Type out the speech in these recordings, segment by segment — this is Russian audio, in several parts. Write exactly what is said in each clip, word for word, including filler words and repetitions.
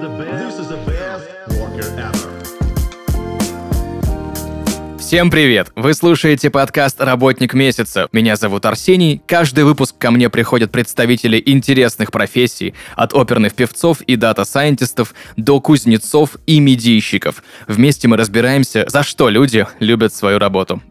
This is the best worker ever. Всем привет! Вы слушаете подкаст «Работник месяца». Меня зовут Арсений. Каждый выпуск ко мне приходят представители интересных профессий, от оперных певцов и дата-сайентистов до кузнецов и медийщиков. Вместе мы разбираемся, за что люди любят свою работу.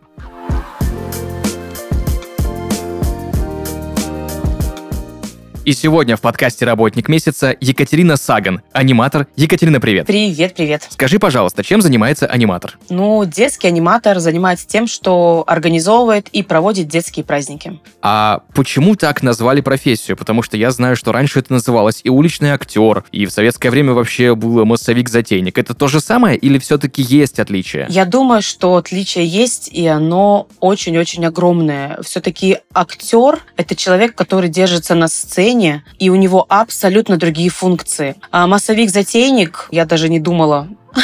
И сегодня в подкасте «Работник месяца» Екатерина Саган, аниматор. Екатерина, привет. Привет, привет. Скажи, пожалуйста, чем занимается аниматор? Ну, детский аниматор занимается тем, что организовывает и проводит детские праздники. А почему так назвали профессию? Потому что я знаю, что раньше это называлось и уличный актер, и в советское время вообще был массовик-затейник. Это то же самое или все-таки есть отличия? Я думаю, что отличие есть, и оно очень-очень огромное. Все-таки актер — это человек, который держится на сцене, и у него абсолютно другие функции. А массовик-затейник, я даже не думала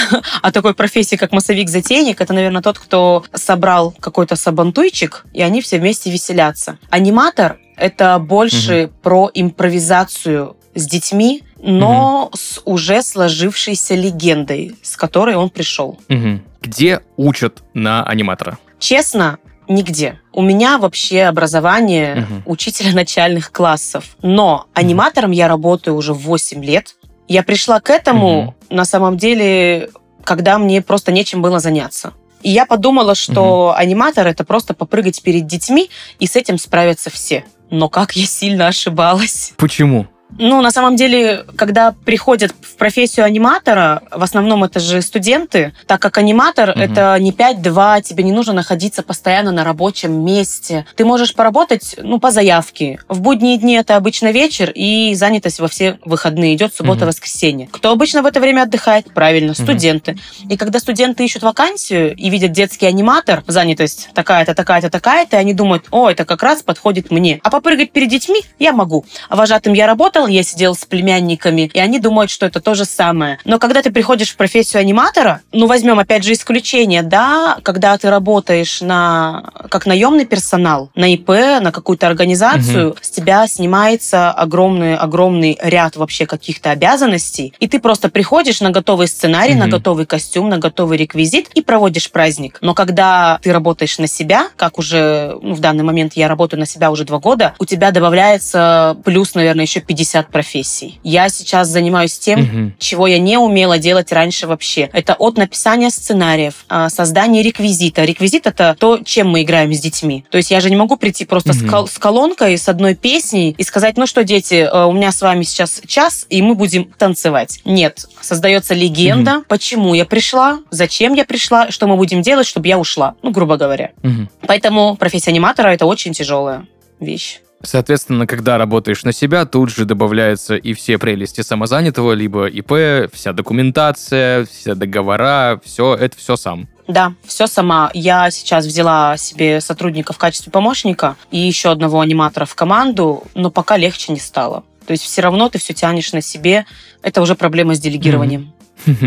о такой профессии, как массовик-затейник. Это, наверное, тот, кто собрал какой-то сабантуйчик, и они все вместе веселятся. Аниматор — это больше угу. про импровизацию с детьми, но угу. с уже сложившейся легендой, с которой он пришел. Угу. Где учат на аниматора? Честно, нигде. У меня вообще образование угу. учителя начальных классов. Но аниматором я работаю уже восемь лет. Я пришла к этому, угу. на самом деле, когда мне просто нечем было заняться. И я подумала, что угу. аниматор — это просто попрыгать перед детьми, и с этим справятся все. Но как я сильно ошибалась. Почему? Ну, на самом деле, когда приходят в профессию аниматора, в основном это же студенты, так как аниматор угу. это не пять-два, тебе не нужно находиться постоянно на рабочем месте. Ты можешь поработать, ну, по заявке. В будние дни это обычно вечер, и занятость во все выходные идет суббота-воскресенье. Угу. Кто обычно в это время отдыхает? Правильно, студенты. Угу. И когда студенты ищут вакансию и видят детский аниматор, занятость такая-то, такая-то, такая-то, и они думают: о, это как раз подходит мне. А попрыгать перед детьми я могу. А вожатым я работал, я сидел с племянниками, и они думают, что это то же самое. Но когда ты приходишь в профессию аниматора, ну, возьмем опять же исключение, да, когда ты работаешь на, как наемный персонал, на ИП, на какую-то организацию, угу. с тебя снимается огромный-огромный ряд вообще каких-то обязанностей, и ты просто приходишь на готовый сценарий, угу. на готовый костюм, на готовый реквизит и проводишь праздник. Но когда ты работаешь на себя, как уже, ну, в данный момент я работаю на себя уже два года, у тебя добавляется плюс, наверное, еще пятьдесят профессий. Я сейчас занимаюсь тем, угу. чего я не умела делать раньше вообще. Это от написания сценариев, создания реквизита. Реквизит — это то, чем мы играем с детьми. То есть я же не могу прийти просто угу. с, кол- с колонкой, с одной песней и сказать: ну что, дети, у меня с вами сейчас час, и мы будем танцевать. Нет. Создается легенда, угу. почему я пришла, зачем я пришла, что мы будем делать, чтобы я ушла. Ну, грубо говоря. Угу. Поэтому профессия аниматора — это очень тяжелая вещь. Соответственно, когда работаешь на себя, тут же добавляются и все прелести самозанятого, либо ИП, вся документация, все договора, все это все сам. Да, все сама. Я сейчас взяла себе сотрудника в качестве помощника и еще одного аниматора в команду, но пока легче не стало. То есть все равно ты все тянешь на себе. Это уже проблема с делегированием. Mm-hmm.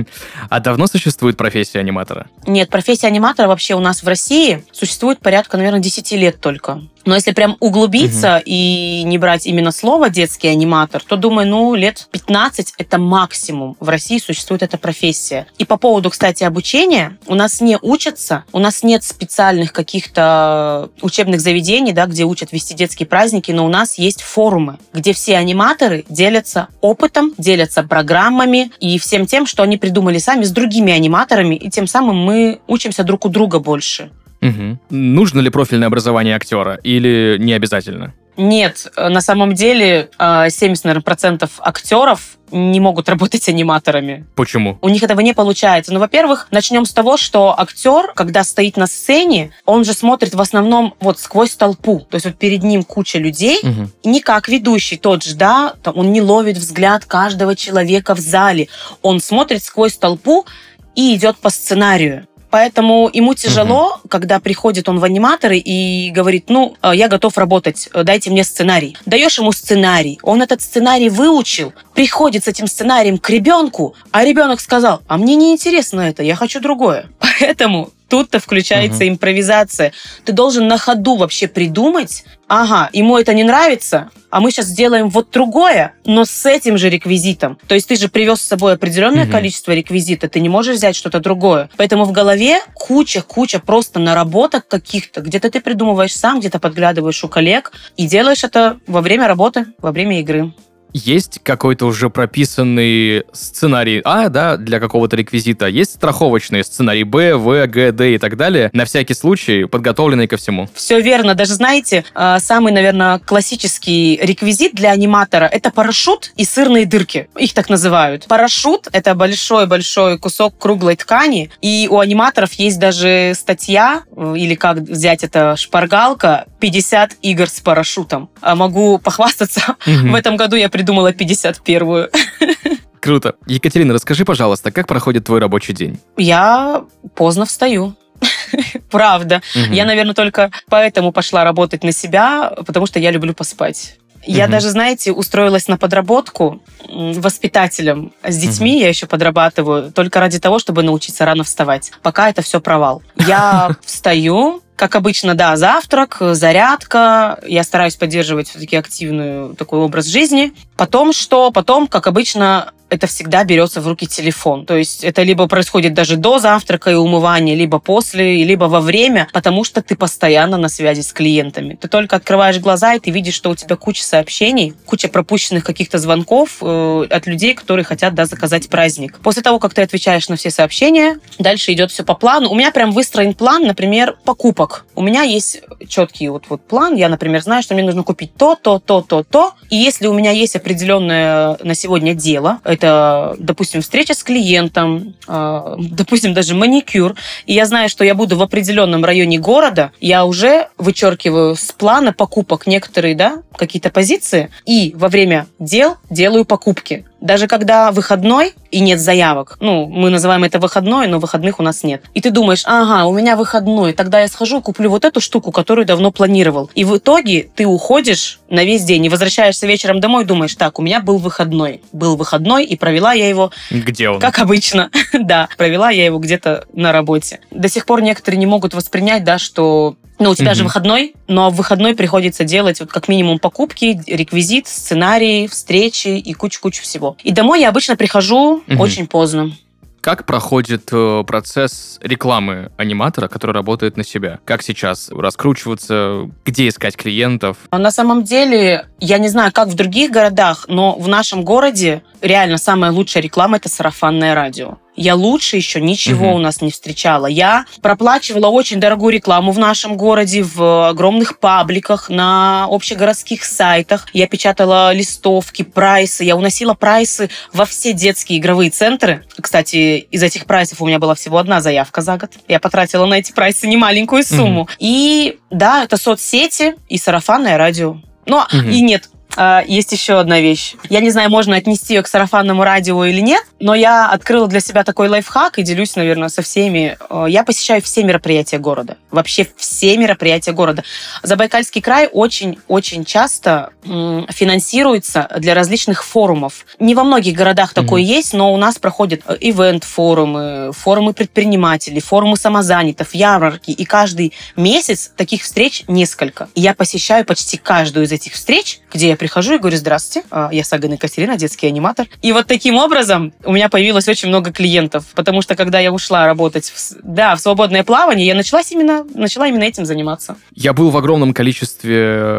А давно существует профессия аниматора? Нет, профессия аниматора вообще у нас в России существует порядка, наверное, десять лет только. Но если прям углубиться угу. и не брать именно слово «детский аниматор», то, думаю, ну, лет пятнадцать – это максимум. В России существует эта профессия. И по поводу, кстати, обучения, у нас не учатся, у нас нет специальных каких-то учебных заведений, да, где учат вести детские праздники, но у нас есть форумы, где все аниматоры делятся опытом, делятся программами и всем тем, что они придумали сами с другими аниматорами, и тем самым мы учимся друг у друга больше. Угу. Нужно ли профильное образование актера или не обязательно? Нет, на самом деле семьдесят, наверное, процентов актеров не могут работать аниматорами. Почему? У них этого не получается. Ну, во-первых, начнем с того, что актер, когда стоит на сцене, он же смотрит в основном вот сквозь толпу. То есть вот перед ним куча людей, угу. и не как ведущий тот же, да, он не ловит взгляд каждого человека в зале. Он смотрит сквозь толпу и идет по сценарию. Поэтому ему тяжело, угу. когда приходит он в аниматоры и говорит: ну, я готов работать, дайте мне сценарий. Даешь ему сценарий, он этот сценарий выучил, приходит с этим сценарием к ребенку, а ребенок сказал: а мне не интересно это, я хочу другое. Поэтому тут-то включается uh-huh. импровизация. Ты должен на ходу вообще придумать, ага, ему это не нравится, а мы сейчас сделаем вот другое, но с этим же реквизитом. То есть ты же привез с собой определенное uh-huh. количество реквизита, ты не можешь взять что-то другое. Поэтому в голове куча-куча просто наработок каких-то. Где-то ты придумываешь сам, где-то подглядываешь у коллег и делаешь это во время работы, во время игры. Есть какой-то уже прописанный сценарий А, да, для какого-то реквизита. Есть страховочный сценарий Б, В, Г, Д и так далее, на всякий случай, подготовленный ко всему. Все верно. Даже, знаете, самый, наверное, классический реквизит для аниматора — это парашют и сырные дырки. Их так называют. Парашют — это большой-большой кусок круглой ткани, и у аниматоров есть даже статья, или как взять это, шпаргалка, пятьдесят игр с парашютом. Могу похвастаться. В этом году я придумала пятьдесят первую. Круто. Екатерина, расскажи, пожалуйста, как проходит твой рабочий день? Я поздно встаю. Правда. Угу. Я, наверное, только поэтому пошла работать на себя, потому что я люблю поспать. Я угу. даже, знаете, устроилась на подработку воспитателем с детьми, угу. я еще подрабатываю, только ради того, чтобы научиться рано вставать. Пока это все провал. Я встаю, как обычно, да, завтрак, зарядка. Я стараюсь поддерживать все-таки активный такой образ жизни. Потом что? Потом, как обычно, это всегда берется в руки телефон. То есть это либо происходит даже до завтрака и умывания, либо после, либо во время, потому что ты постоянно на связи с клиентами. Ты только открываешь глаза, и ты видишь, что у тебя куча сообщений, куча пропущенных каких-то звонков э, от людей, которые хотят, да, заказать праздник. После того, как ты отвечаешь на все сообщения, дальше идет все по плану. У меня прям выстроен план, например, покупок. У меня есть четкий вот, вот план. Я, например, знаю, что мне нужно купить то, то, то, то, то. И если у меня есть определенное на сегодня дело, это, допустим, встреча с клиентом, э, допустим, даже маникюр, и я знаю, что я буду в определенном районе города, я уже вычеркиваю с плана покупок некоторые, да, какие-то позиции, и во время дел делаю покупки. Даже когда выходной и нет заявок, ну, мы называем это выходной, но выходных у нас нет. И ты думаешь, ага, у меня выходной, тогда я схожу, куплю вот эту штуку, которую давно планировал. И в итоге ты уходишь на весь день и возвращаешься вечером домой и думаешь, так, у меня был выходной. Был выходной, и провела я его... Где он? Как обычно. Да, провела я его где-то на работе. До сих пор некоторые не могут воспринять, да, что... Ну, у тебя mm-hmm. же выходной, но в выходной приходится делать вот как минимум покупки, реквизит, сценарии, встречи и кучу-кучу всего. И домой я обычно прихожу mm-hmm. очень поздно. Как проходит э, процесс рекламы аниматора, который работает на себя? Как сейчас раскручиваться? Где искать клиентов? На самом деле, я не знаю, как в других городах, но в нашем городе реально самая лучшая реклама – это сарафанное радио. Я лучше еще ничего mm-hmm. у нас не встречала. Я проплачивала очень дорогую рекламу в нашем городе, в огромных пабликах, на общегородских сайтах. Я печатала листовки, прайсы. Я уносила прайсы во все детские игровые центры. Кстати, из этих прайсов у меня была всего одна заявка за год. Я потратила на эти прайсы немаленькую сумму. Mm-hmm. И да, это соцсети и сарафанное радио. Но mm-hmm. и нет. Есть еще одна вещь. Я не знаю, можно отнести ее к сарафанному радио или нет, но я открыла для себя такой лайфхак и делюсь, наверное, со всеми. Я посещаю все мероприятия города. Вообще все мероприятия города. Забайкальский край очень-очень часто финансируется для различных форумов. Не во многих городах mm-hmm. такое есть, но у нас проходят ивент-форумы, форумы предпринимателей, форумы самозанятых, ярмарки. И каждый месяц таких встреч несколько. И я посещаю почти каждую из этих встреч, где я прихожу и говорю: здравствуйте, я Сагана Екатерина, детский аниматор. И вот таким образом у меня появилось очень много клиентов, потому что когда я ушла работать в, да, в свободное плавание, я начала именно, начала именно этим заниматься. Я был в огромном количестве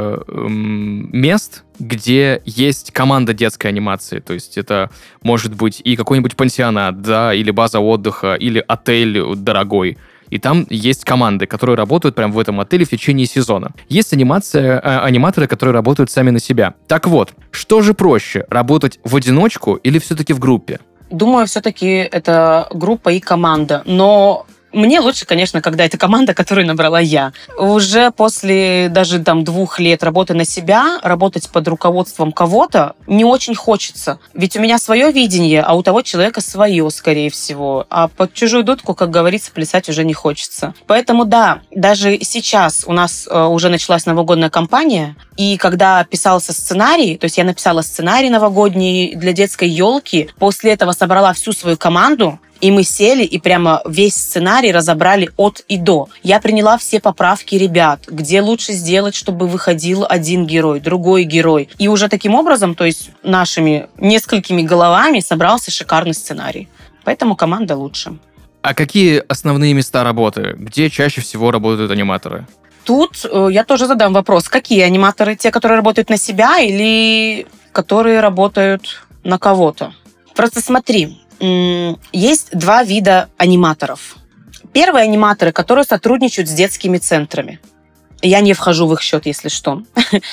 эм, мест, где есть команда детской анимации. То есть это может быть и какой-нибудь пансионат, да, или база отдыха, или отель дорогой. И там есть команды, которые работают прямо в этом отеле в течение сезона. Есть анимация, э, аниматоры, которые работают сами на себя. Так вот, что же проще, работать в одиночку или все-таки в группе? Думаю, все-таки это группа и команда. Но мне лучше, конечно, когда это команда, которую набрала я. Уже после даже там двух лет работы на себя, работать под руководством кого-то не очень хочется. Ведь у меня свое видение, а у того человека свое, скорее всего. А под чужую дудку, как говорится, плясать уже не хочется. Поэтому да, даже сейчас у нас э, уже началась новогодняя кампания, и когда писался сценарий, то есть я написала сценарий новогодний для детской елки, после этого собрала всю свою команду, И мы сели и прямо весь сценарий разобрали от и до. Я приняла все поправки ребят, где лучше сделать, чтобы выходил один герой, другой герой. И уже таким образом, то есть нашими несколькими головами собрался шикарный сценарий. Поэтому команда лучше. А какие основные места работы? Где чаще всего работают аниматоры? Тут э, я тоже задам вопрос. Какие аниматоры? Те, которые работают на себя или которые работают на кого-то? Просто смотри, м- есть два вида аниматоров. Первые аниматоры, которые сотрудничают с детскими центрами. Я не вхожу в их счет, если что.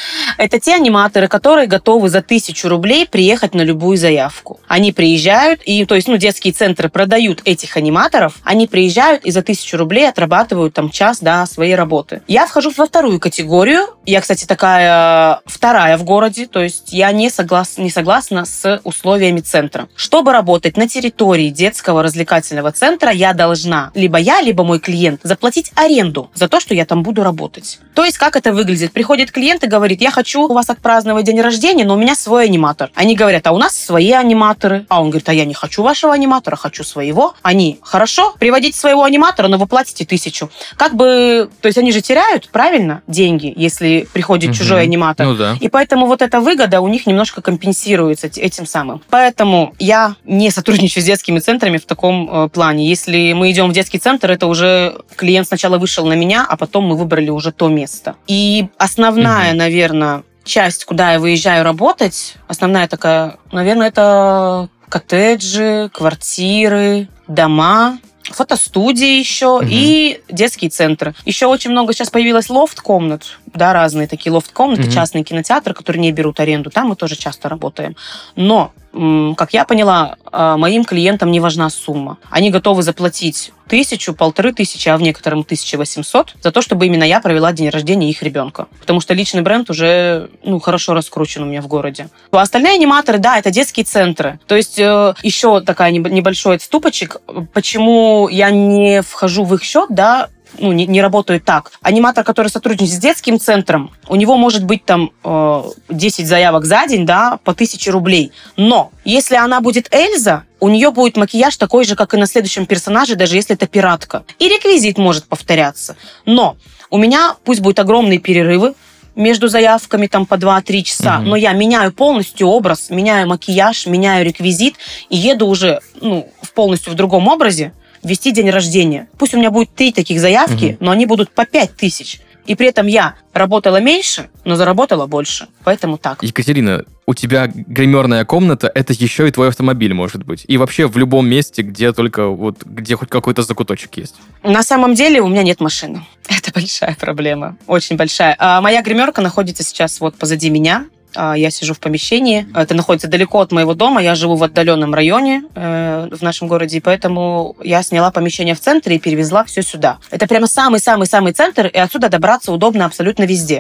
Это те аниматоры, которые готовы за тысячу рублей приехать на любую заявку. Они приезжают, и, то есть, ну, детские центры продают этих аниматоров, они приезжают и за тысячу рублей отрабатывают там час, да, своей работы. Я вхожу во вторую категорию. Я, кстати, такая вторая в городе, то есть я не, соглас, не согласна с условиями центра. Чтобы работать на территории детского развлекательного центра, я должна, либо я, либо мой клиент, заплатить аренду за то, что я там буду работать. То есть, как это выглядит? Приходит клиент и говорит, я хочу у вас отпраздновать день рождения, но у меня свой аниматор. Они говорят, а у нас свои аниматоры. А он говорит, а я не хочу вашего аниматора, хочу своего. Они, хорошо, приводите своего аниматора, но вы платите тысячу. Как бы, то есть, они же теряют, правильно, деньги, если приходит угу. чужой аниматор. Ну, да. И поэтому вот эта выгода у них немножко компенсируется этим самым. Поэтому я не сотрудничаю с детскими центрами в таком э, плане. Если мы идем в детский центр, это уже клиент сначала вышел на меня, а потом мы выбрали уже то место. И основная, угу. наверное, часть, куда я выезжаю работать, основная такая, наверное, это коттеджи, квартиры, дома, фотостудии еще угу. и детские центры. Еще очень много сейчас появилось лофт-комнат, да, разные такие лофт-комнаты, угу. частные кинотеатры, которые не берут аренду. Там мы тоже часто работаем. Но, как я поняла, моим клиентам не важна сумма. Они готовы заплатить тысячу, полторы тысячи, а в некотором тысяча восемьсот за то, чтобы именно я провела день рождения их ребенка. Потому что личный бренд уже ну, хорошо раскручен у меня в городе. А остальные аниматоры, да, это детские центры. То есть э, еще такая небольшой отступочек. Почему я не вхожу в их счет, да, ну, не, не работаю так. Аниматор, который сотрудничает с детским центром, у него может быть там э, десять заявок за день, да, по тысяче рублей. Но если она будет Эльза, у нее будет макияж такой же, как и на следующем персонаже, даже если это пиратка. И реквизит может повторяться. Но у меня пусть будут огромные перерывы между заявками там по два-три часа, угу. но я меняю полностью образ, меняю макияж, меняю реквизит и еду уже ну, полностью в другом образе вести день рождения. Пусть у меня будет три таких заявки, угу. но они будут по пять тысяч. И при этом я работала меньше, но заработала больше. Поэтому так. Екатерина, у тебя гримерная комната, это еще и твой автомобиль, может быть. И вообще в любом месте, где только вот, где хоть какой-то закуточек есть. На самом деле у меня нет машины. Это большая проблема. Очень большая. А моя гримерка находится сейчас вот позади меня. Я сижу в помещении. Это находится далеко от моего дома. Я живу в отдаленном районе э, в нашем городе, и поэтому я сняла помещение в центре и перевезла все сюда. Это прямо самый-самый-самый центр, и отсюда добраться удобно абсолютно везде.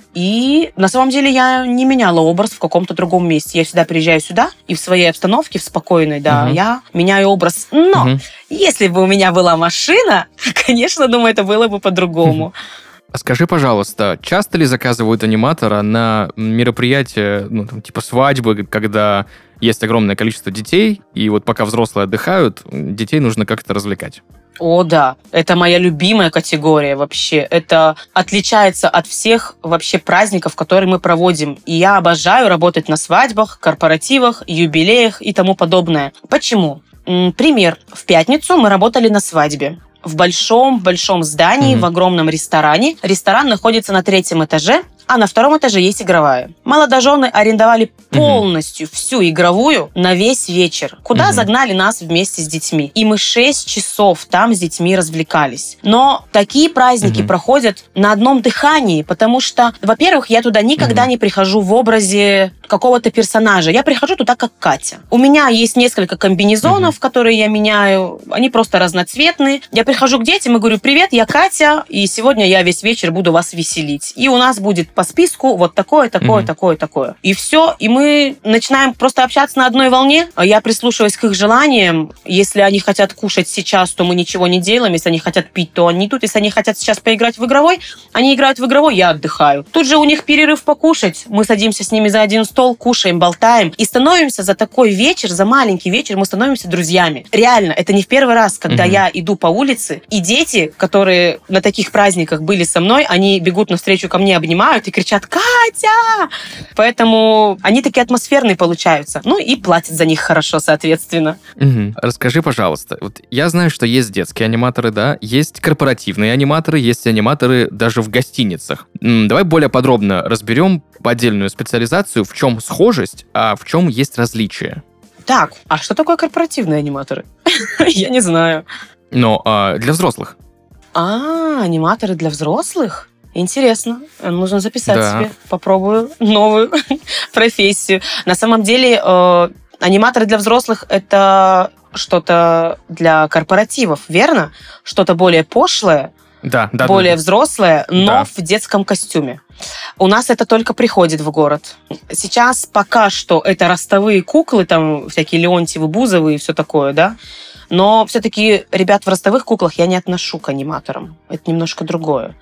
И на самом деле я не меняла образ в каком-то другом месте. Я всегда приезжаю сюда, и в своей обстановке, в спокойной, да, uh-huh. я меняю образ. Но uh-huh. если бы у меня была машина, конечно, думаю, это было бы по-другому. Uh-huh. Скажи, пожалуйста, часто ли заказывают аниматора на мероприятия, ну, там, типа свадьбы, когда есть огромное количество детей, и вот пока взрослые отдыхают, детей нужно как-то развлекать? О, да. Это моя любимая категория вообще. Это отличается от всех вообще праздников, которые мы проводим. И я обожаю работать на свадьбах, корпоративах, юбилеях и тому подобное. Почему? Пример. В пятницу мы работали на свадьбе. В большом-большом здании, mm-hmm. в огромном ресторане. Ресторан находится на третьем этаже, а на втором этаже есть игровая. Молодожены арендовали mm-hmm. полностью всю игровую на весь вечер, куда mm-hmm. загнали нас вместе с детьми. И мы шесть часов там с детьми развлекались. Но такие праздники mm-hmm. проходят на одном дыхании, потому что, во-первых, я туда никогда mm-hmm. не прихожу в образе какого-то персонажа. Я прихожу туда как Катя. У меня есть несколько комбинезонов, mm-hmm. которые я меняю. Они просто разноцветные. Я прихожу к детям и говорю: привет, я Катя, и сегодня я весь вечер буду вас веселить. И у нас будет по списку вот такое, такое, Мгм. такое, такое. И все. И мы начинаем просто общаться на одной волне. Я прислушиваюсь к их желаниям. Если они хотят кушать сейчас, то мы ничего не делаем. Если они хотят пить, то они тут. Если они хотят сейчас поиграть в игровой, они играют в игровой, я отдыхаю. Тут же у них перерыв покушать. Мы садимся с ними за один стол, кушаем, болтаем. И становимся за такой вечер, за маленький вечер, мы становимся друзьями. Реально, это не в первый раз, когда Мгм. я иду по улице, и дети, которые на таких праздниках были со мной, они бегут навстречу ко мне, обнимают и кричат «Катя!». Поэтому они такие атмосферные получаются. Ну и платят за них хорошо, соответственно. Мгм. Расскажи, пожалуйста, вот я знаю, что есть детские аниматоры, да, есть корпоративные аниматоры, есть аниматоры даже в гостиницах. М, Давай более подробно разберем отдельную специализацию, в чем схожесть, а в чем есть различия. Так, а что такое корпоративные аниматоры? Я не знаю. Но а, для взрослых. А, аниматоры для взрослых? Интересно. Нужно записать Да. себе. Попробую новую профессию. На самом деле, э, аниматоры для взрослых — это что-то для корпоративов, верно? Что-то более пошлое, Да, да. более да, взрослое, но Да. в детском костюме. У нас это только приходит в город. Сейчас пока что это ростовые куклы, там всякие Леонтьевы, Бузовы и все такое, да? Но все-таки ребят в ростовых куклах я не отношу к аниматорам. Это немножко другое.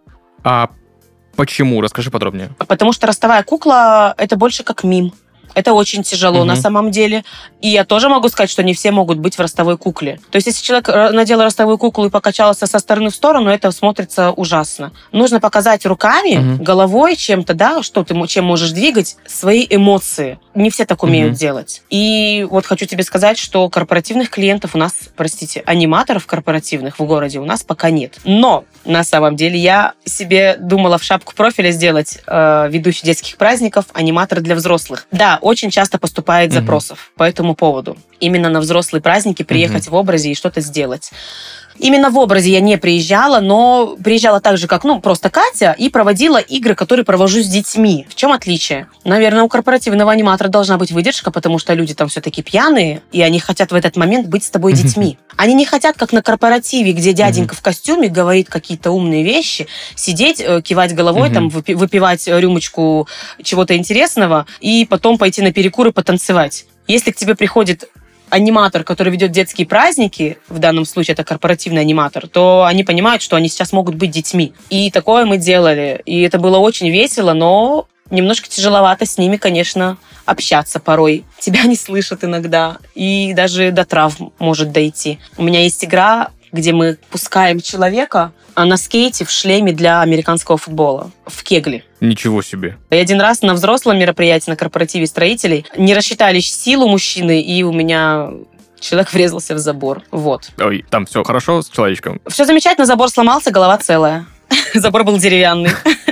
А почему? Расскажи подробнее. Потому что ростовая кукла — это больше как мим. Это очень тяжело Мгм. на самом деле. И я тоже могу сказать, что не все могут быть в ростовой кукле. То есть, если человек э, надел ростовую куклу и покачался со стороны в сторону, это смотрится ужасно. Нужно показать руками, Мгм. головой, чем-то, да, что ты мо- чем можешь двигать, свои эмоции. Не все так умеют Мгм. делать. И вот хочу тебе сказать, что корпоративных клиентов у нас, простите, аниматоров корпоративных в городе у нас пока нет. Но на самом деле я себе думала в шапку профиля сделать э, ведущий детских праздников, аниматор для взрослых. Да, очень часто поступает Мгм. запросов по этому поводу. Именно на взрослые праздники приехать в образе и что-то сделать. Именно в образе я не приезжала, но приезжала так же, как, ну, просто Катя, и проводила игры, которые провожу с детьми. В чем отличие? Наверное, у корпоративного аниматора должна быть выдержка, потому что люди там все-таки пьяные, и они хотят в этот момент быть с тобой детьми. Они не хотят, как на корпоративе, где дяденька в костюме говорит какие-то умные вещи, сидеть, э, кивать головой, Мгм. там, выпи- выпивать рюмочку чего-то интересного, и потом пойти на перекур и потанцевать. Если к тебе приходит аниматор, который ведет детские праздники, в данном случае это корпоративный аниматор, то они понимают, что они сейчас могут быть детьми. И такое мы делали. И это было очень весело, но немножко тяжеловато с ними, конечно, общаться порой. Тебя не слышат иногда. И даже до травм может дойти. У меня есть игра, где мы пускаем человека на скейте в шлеме для американского футбола, в кегли. Ничего себе. И один раз на взрослом мероприятии, на корпоративе строителей, не рассчитали силу мужчины, и у меня человек врезался в забор. Вот. Ой, там все хорошо с человечком? Все замечательно, забор сломался, голова целая. Забор был деревянный.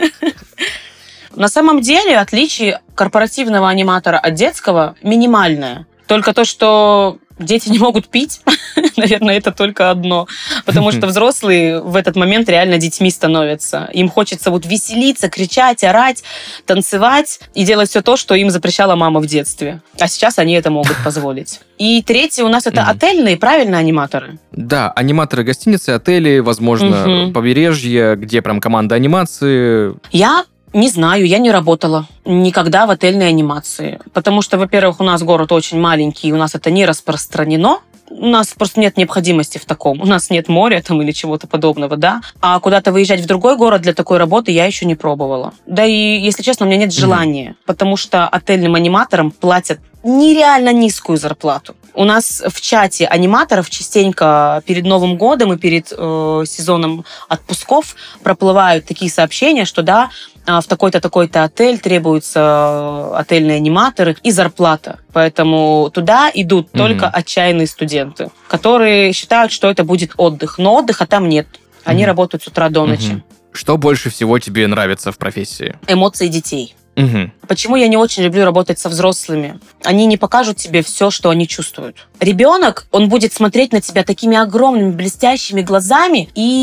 На самом деле отличие корпоративного аниматора от детского минимальное. Только то, что дети не могут пить, наверное, это только одно. Потому что взрослые в этот момент реально детьми становятся. Им хочется вот веселиться, кричать, орать, танцевать и делать все то, что им запрещала мама в детстве. А сейчас они это могут позволить. И третье у нас это Мгм. отельные, правильно, аниматоры? Да, аниматоры гостиницы, отели, возможно, Мгм. побережье, где прям команда анимации. Я не знаю, я не работала никогда в отельной анимации. Потому что, во-первых, у нас город очень маленький, и у нас это не распространено. У нас просто нет необходимости в таком. У нас нет моря там или чего-то подобного, да. А куда-то выезжать в другой город для такой работы я еще не пробовала. Да и, если честно, у меня нет желания. Потому что отельным аниматорам платят нереально низкую зарплату. У нас в чате аниматоров частенько перед Новым годом и перед э, сезоном отпусков проплывают такие сообщения, что да, а, в такой-то, такой-то отель требуются э, отельные аниматоры и зарплата. Поэтому туда идут Мгм. только отчаянные студенты, которые считают, что это будет отдых. Но отдыха там нет. Они Мгм. работают с утра до ночи. Мгм. Что больше всего тебе нравится в профессии? Эмоции детей. Мгм. Почему я не очень люблю работать со взрослыми? Они не покажут тебе все, что они чувствуют. Ребенок, он будет смотреть на тебя такими огромными блестящими глазами, и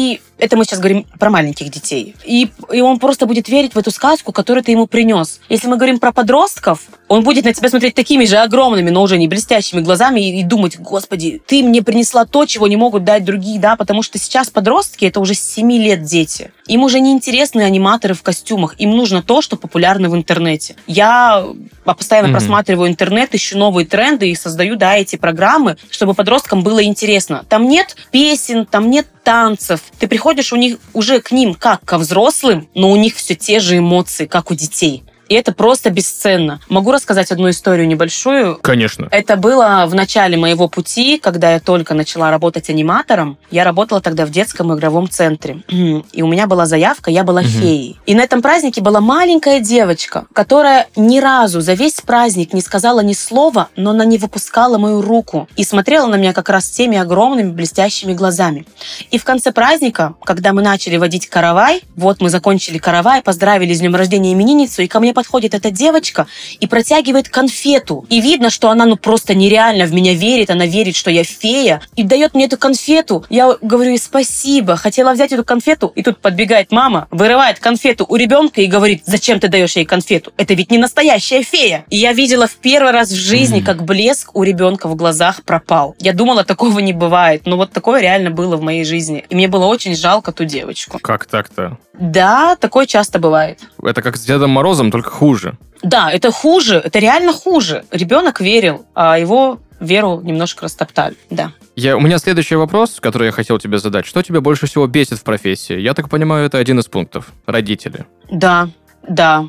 Это мы сейчас говорим про маленьких детей. И, и он просто будет верить в эту сказку, которую ты ему принес. Если мы говорим про подростков, он будет на тебя смотреть такими же огромными, но уже не блестящими глазами и, и думать: господи, ты мне принесла то, чего не могут дать другие, да, потому что сейчас подростки — это уже с семи лет дети. Им уже не интересны аниматоры в костюмах, им нужно то, что популярно в интернете. Я постоянно mm-hmm. просматриваю интернет, ищу новые тренды и создаю, да, эти программы, чтобы подросткам было интересно. Там нет песен, там нет танцев. Ты приходишь у них уже к ним как ко взрослым, но у них все те же эмоции, как у детей. И это просто бесценно. Могу рассказать одну историю небольшую? Конечно. Это было в начале моего пути, когда я только начала работать аниматором. Я работала тогда в детском игровом центре. И у меня была заявка, я была угу. феей. И на этом празднике была маленькая девочка, которая ни разу за весь праздник не сказала ни слова, но она не выпускала мою руку и смотрела на меня как раз теми огромными блестящими глазами. И в конце праздника, когда мы начали водить каравай, вот мы закончили каравай, поздравили с днем рождения именинницу, и ко мне подходит эта девочка и протягивает конфету. И видно, что она ну просто нереально в меня верит, она верит, что я фея, и дает мне эту конфету. Я говорю ей спасибо, хотела взять эту конфету, и тут подбегает мама, вырывает конфету у ребенка и говорит: зачем ты даешь ей конфету? Это ведь не настоящая фея. И я видела в первый раз в жизни, mm-hmm. как блеск у ребенка в глазах пропал. Я думала, такого не бывает, но вот такое реально было в моей жизни. И мне было очень жалко ту девочку. Как так-то? Да, такое часто бывает. Это как с Дедом Морозом, только хуже. Да, это хуже, это реально хуже. Ребенок верил, а его веру немножко растоптали, да. Я, у меня следующий вопрос, который я хотел тебе задать. Что тебя больше всего бесит в профессии? Я так понимаю, это один из пунктов. Родители. Да, да.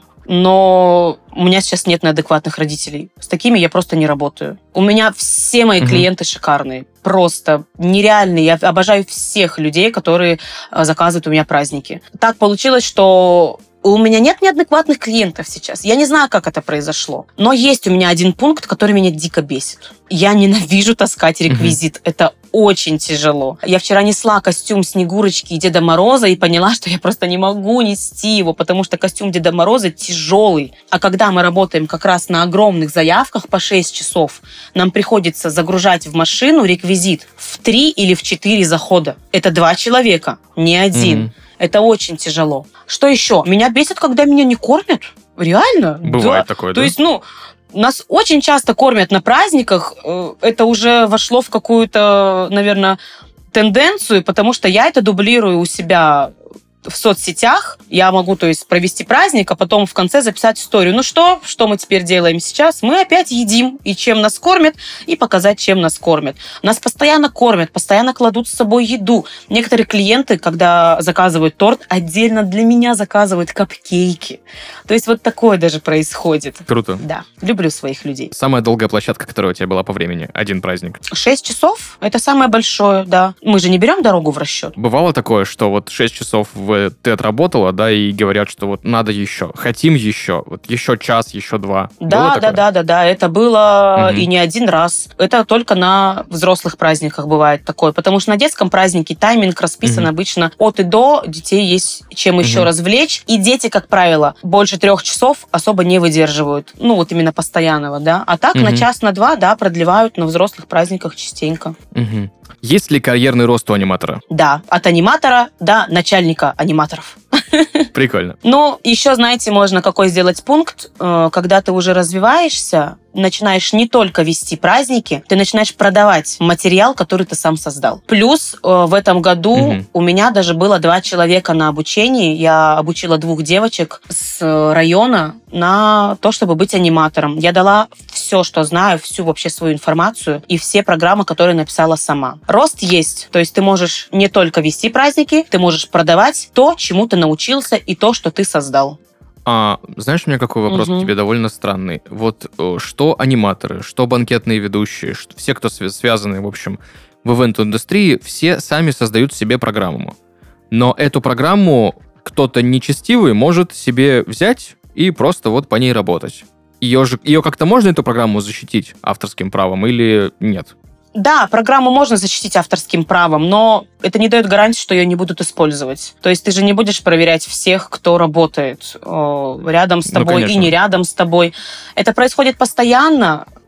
Но у меня сейчас нет неадекватных родителей. С такими я просто не работаю. У меня все мои угу. клиенты шикарные. Просто нереальные. Я обожаю всех людей, которые заказывают у меня праздники. Так получилось, что у меня нет неадекватных клиентов сейчас. Я не знаю, как это произошло. Но есть у меня один пункт, который меня дико бесит. Я ненавижу таскать реквизит. Mm-hmm. Это очень тяжело. Я вчера несла костюм Снегурочки и Деда Мороза и поняла, что я просто не могу нести его, потому что костюм Деда Мороза тяжелый. А когда мы работаем как раз на огромных заявках по шесть часов, нам приходится загружать в машину реквизит в три или в четыре захода. Это два человека, не один. Mm-hmm. Это очень тяжело. Что еще? Меня бесит, когда меня не кормят. Реально. Бывает да. такое, То да? есть, ну, нас очень часто кормят на праздниках. Это уже вошло в какую-то, наверное, тенденцию, потому что я это дублирую у себя в соцсетях. Я могу, то есть, провести праздник, а потом в конце записать историю. Ну что? Что мы теперь делаем сейчас? Мы опять едим, и чем нас кормят, и показать, чем нас кормят. Нас постоянно кормят, постоянно кладут с собой еду. Некоторые клиенты, когда заказывают торт, отдельно для меня заказывают капкейки. То есть вот такое даже происходит. Круто. Да, люблю своих людей. Самая долгая площадка, которая у тебя была по времени? Один праздник? Шесть часов? Это самое большое, да. Мы же не берем дорогу в расчет. Бывало такое, что вот шесть часов в ты отработала, да, и говорят, что вот надо еще, хотим еще, вот еще час, еще два. Да, да, да, да, да, это было угу. и не один раз. Это только на взрослых праздниках бывает такое, потому что на детском празднике тайминг расписан угу. обычно от и до, детей есть чем еще угу. развлечь, и дети, как правило, больше трех часов особо не выдерживают, ну вот именно постоянного, да, а так угу. на час, на два, да, продлевают на взрослых праздниках частенько. Угу. Есть ли карьерный рост у аниматора? Да, от аниматора до начальника аниматоров. Прикольно. Ну, еще, знаете, можно какой сделать пункт, когда ты уже развиваешься, начинаешь не только вести праздники, ты начинаешь продавать материал, который ты сам создал. Плюс в этом году угу. у меня даже было два человека на обучении. Я обучила двух девочек с района на то, чтобы быть аниматором. Я дала все, что знаю, всю вообще свою информацию и все программы, которые написала сама. Рост есть. То есть ты можешь не только вести праздники, ты можешь продавать то, чему ты научился, и то, что ты создал. А, знаешь, у меня какой вопрос угу. к тебе довольно странный. Вот что аниматоры, что банкетные ведущие, что все, кто связаны, в общем, в ивент-индустрии, все сами создают себе программу. Но эту программу кто-то нечестивый может себе взять и просто вот по ней работать. Ее, же, ее как-то можно, эту программу, защитить авторским правом или нет? Да, программу можно защитить авторским правом, но это не дает гарантии, что ее не будут использовать. То есть ты же не будешь проверять всех, кто работает э, рядом с тобой ну, и не рядом с тобой. Это происходит постоянно.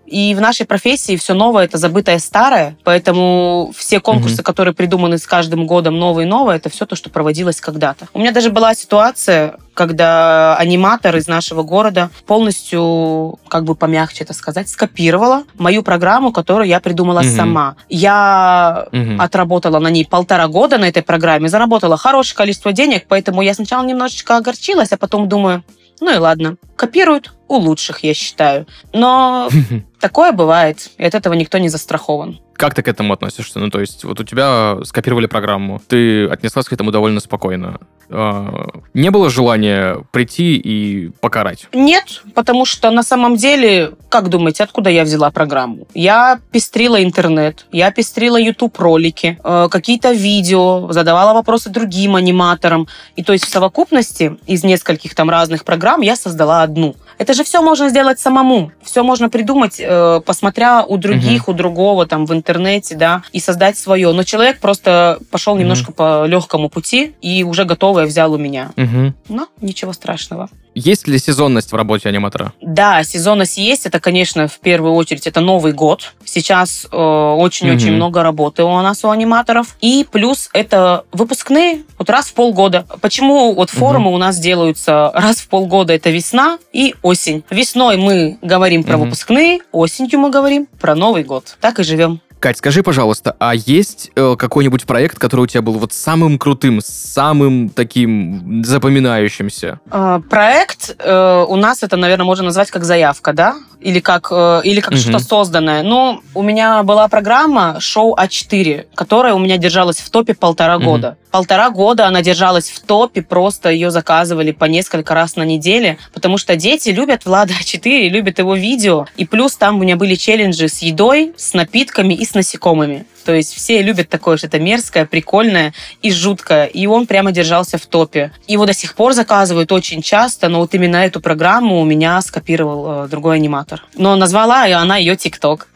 И в нашей профессии все новое — это забытое старое, поэтому все конкурсы, mm-hmm. которые придуманы с каждым годом новые и новые, это все то, что проводилось когда-то. У меня даже была ситуация, когда аниматор из нашего города полностью, как бы помягче это сказать, скопировала мою программу, которую я придумала mm-hmm. сама. Я mm-hmm. отработала на ней полтора года на этой программе, заработала хорошее количество денег, поэтому я сначала немножечко огорчилась, а потом думаю, ну и ладно, копируют у лучших, я считаю. Но такое бывает, и от этого никто не застрахован. Как ты к этому относишься? Ну, то есть, вот у тебя скопировали программу, ты отнеслась к этому довольно спокойно. Не было желания прийти и покарать? Нет, потому что на самом деле, как думаете, откуда я взяла программу? Я пестрила интернет, я пестрила YouTube-ролики, какие-то видео, задавала вопросы другим аниматорам. И то есть в совокупности из нескольких там разных программ я создала одну. Это же все можно сделать самому. Все можно придумать, посмотря у других, uh-huh. у другого там в интернете, да, и создать свое. Но человек просто пошел uh-huh. немножко по легкому пути и уже готовое взял у меня. Uh-huh. Но ничего страшного. Есть ли сезонность в работе аниматора? Да, сезонность есть. Это, конечно, в первую очередь, это Новый год. Сейчас э, очень-очень mm-hmm. много работы у нас, у аниматоров. И плюс это выпускные вот раз в полгода. Почему вот форумы mm-hmm. у нас делаются раз в полгода? Это весна и осень. Весной мы говорим про mm-hmm. выпускные, осенью мы говорим про Новый год. Так и живем. Кать, скажи, пожалуйста, а есть э, какой-нибудь проект, который у тебя был вот самым крутым, самым таким запоминающимся? Э, проект э, у нас это, наверное, можно назвать как заявка, да? Или как, э, или как угу. что-то созданное. Ну, у меня была программа «Шоу А четыре», которая у меня держалась в топе полтора угу. года. Полтора года она держалась в топе, просто ее заказывали по несколько раз на неделе, потому что дети любят Влада А четыре, любят его видео. И плюс там у меня были челленджи с едой, с напитками и с насекомыми. То есть все любят такое что-то мерзкое, прикольное и жуткое. И он прямо держался в топе. Его до сих пор заказывают очень часто, но вот именно эту программу у меня скопировал э, другой аниматор. Но назвала она ее ТикТок.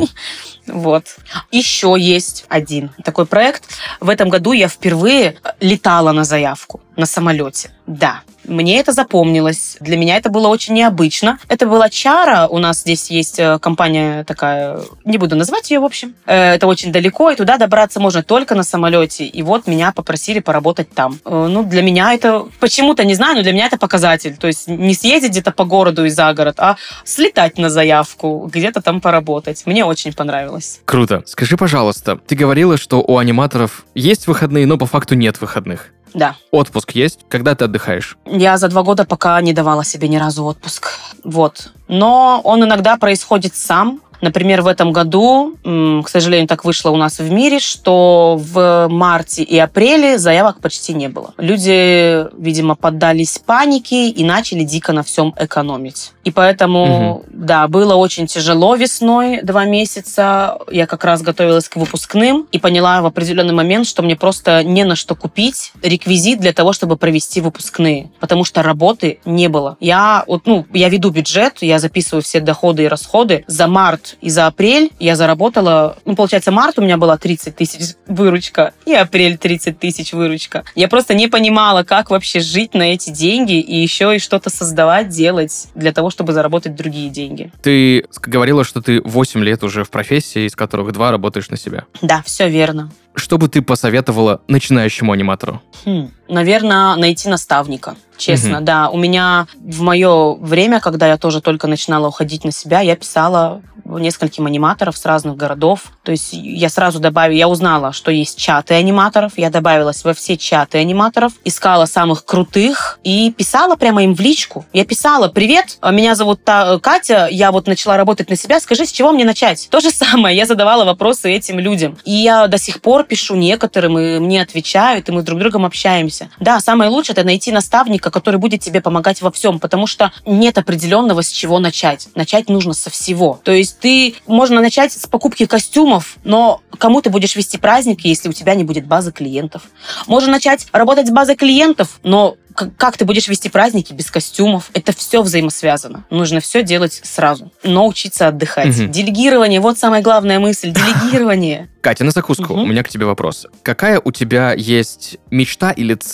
Вот. Еще есть один такой проект. В этом году я впервые летала на заявку на самолете. Да. Мне это запомнилось. Для меня это было очень необычно. Это была Чара. У нас здесь есть компания такая, не буду называть ее, в общем. Это очень далеко, и туда добраться можно только на самолете. И вот меня попросили поработать там. Ну, для меня это, почему-то, не знаю, но для меня это показатель. То есть не съездить где-то по городу и за город, а слетать на заявку, где-то там поработать. Мне очень понравилось. Круто. Скажи, пожалуйста, ты говорила, что у аниматоров есть выходные, но по факту нет выходных. Да. Отпуск есть? Когда ты отдыхаешь? Я за два года пока не давала себе ни разу отпуск. Вот. Но он иногда происходит сам. Например, в этом году, к сожалению, так вышло у нас в мире, что в марте и апреле заявок почти не было. Люди, видимо, поддались панике и начали дико на всем экономить. И поэтому, угу. да, было очень тяжело весной, два месяца. Я как раз готовилась к выпускным и поняла в определенный момент, что мне просто не на что купить реквизит для того, чтобы провести выпускные, потому что работы не было. Я, вот, ну, я веду бюджет, я записываю все доходы и расходы. За март и за апрель я заработала, ну, получается, март у меня была тридцать тысяч выручка, и апрель тридцать тысяч выручка. Я просто не понимала, как вообще жить на эти деньги и еще и что-то создавать, делать для того, чтобы заработать другие деньги. Ты говорила, что ты восемь лет уже в профессии, из которых два работаешь на себя. Да, все верно. Что бы ты посоветовала начинающему аниматору? Хм, наверное, найти наставника. Честно, угу. да. У меня в мое время, когда я тоже только начинала уходить на себя, я писала нескольким аниматоров с разных городов. То есть я сразу добавила, я узнала, что есть чаты аниматоров, я добавилась во все чаты аниматоров, искала самых крутых и писала прямо им в личку. Я писала: «Привет, меня зовут Та- Катя, я вот начала работать на себя, скажи, с чего мне начать?» То же самое, я задавала вопросы этим людям. И я до сих пор пишу некоторым, и мне отвечают, и мы друг с другом общаемся. Да, самое лучшее — это найти наставника, который будет тебе помогать во всем, потому что нет определенного, с чего начать. Начать нужно со всего. То есть ты, можно начать с покупки костюмов, но кому ты будешь вести праздники, если у тебя не будет базы клиентов? Можно начать работать с базой клиентов, но как ты будешь вести праздники без костюмов? Это все взаимосвязано. Нужно все делать сразу, но учиться отдыхать. Угу. Делегирование, вот самая главная мысль. Делегирование. Катя, на закуску, угу. у меня к тебе вопрос. Какая у тебя есть мечта или цель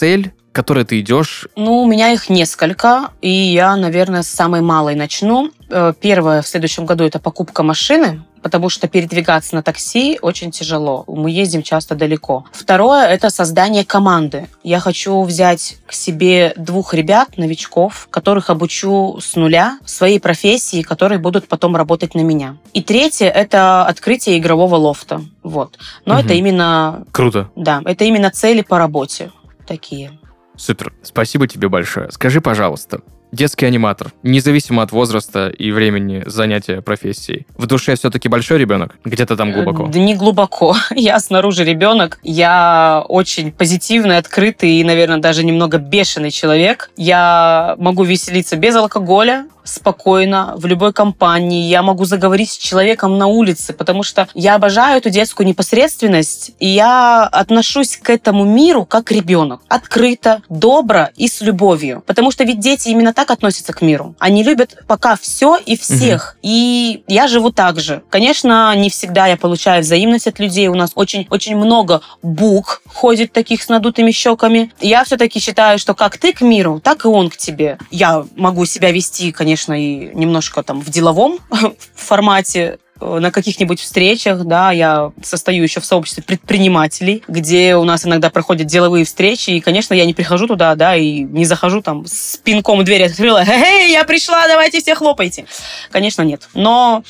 к которой ты идешь? Ну, у меня их несколько, и я, наверное, с самой малой начну. Первое в следующем году – это покупка машины, потому что передвигаться на такси очень тяжело. Мы ездим часто далеко. Второе – это создание команды. Я хочу взять к себе двух ребят, новичков, которых обучу с нуля своей профессии, которые будут потом работать на меня. И третье – это открытие игрового лофта. Вот. Но Угу. это именно... Круто. Да, это именно цели по работе. Такие. Супер. Спасибо тебе большое. Скажи, пожалуйста, детский аниматор, независимо от возраста и времени занятия профессией, в душе все-таки большой ребенок? Где-то там глубоко? Да не глубоко. Я снаружи ребенок. Я очень позитивный, открытый и, наверное, даже немного бешеный человек. Я могу веселиться без алкоголя, спокойно, в любой компании. Я могу заговорить с человеком на улице, потому что я обожаю эту детскую непосредственность, и я отношусь к этому миру как ребенок. Открыто, добро и с любовью. Потому что ведь дети именно так относятся к миру. Они любят пока все и всех. Угу. И я живу так же. Конечно, не всегда я получаю взаимность от людей. У нас очень-очень много бук ходит таких с надутыми щеками. Я все-таки считаю, что как ты к миру, так и он к тебе. Я могу себя вести, конечно, и немножко там в деловом формате, на каких-нибудь встречах, да, я состою еще в сообществе предпринимателей, где у нас иногда проходят деловые встречи, и, конечно, я не прихожу туда, да, и не захожу там с пинком двери открыла, «Эй, я пришла, давайте все хлопайте». Конечно, нет. Но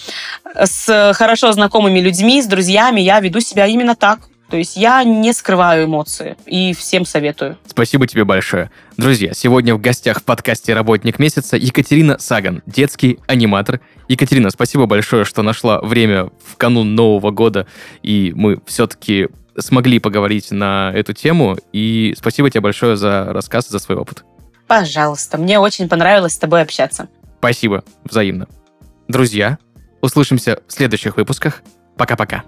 с хорошо знакомыми людьми, с друзьями я веду себя именно так. То есть я не скрываю эмоции и всем советую. Спасибо тебе большое. Друзья, сегодня в гостях в подкасте «Работник месяца» Екатерина Саган, детский аниматор. Екатерина, спасибо большое, что нашла время в канун Нового года, и мы все-таки смогли поговорить на эту тему. И спасибо тебе большое за рассказ, за свой опыт. Пожалуйста, мне очень понравилось с тобой общаться. Спасибо, взаимно. Друзья, услышимся в следующих выпусках. Пока-пока.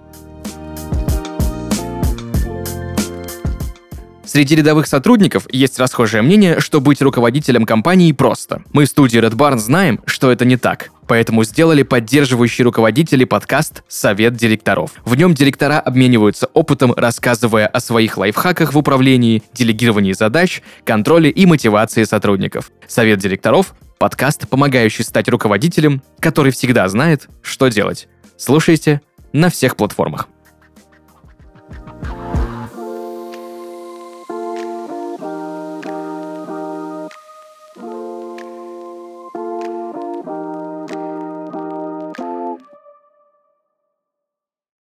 Среди рядовых сотрудников есть расхожее мнение, что быть руководителем компании просто. Мы в студии Red Barn знаем, что это не так. Поэтому сделали поддерживающий руководителей подкаст «Совет директоров». В нем директора обмениваются опытом, рассказывая о своих лайфхаках в управлении, делегировании задач, контроле и мотивации сотрудников. «Совет директоров» — подкаст, помогающий стать руководителем, который всегда знает, что делать. Слушайте на всех платформах.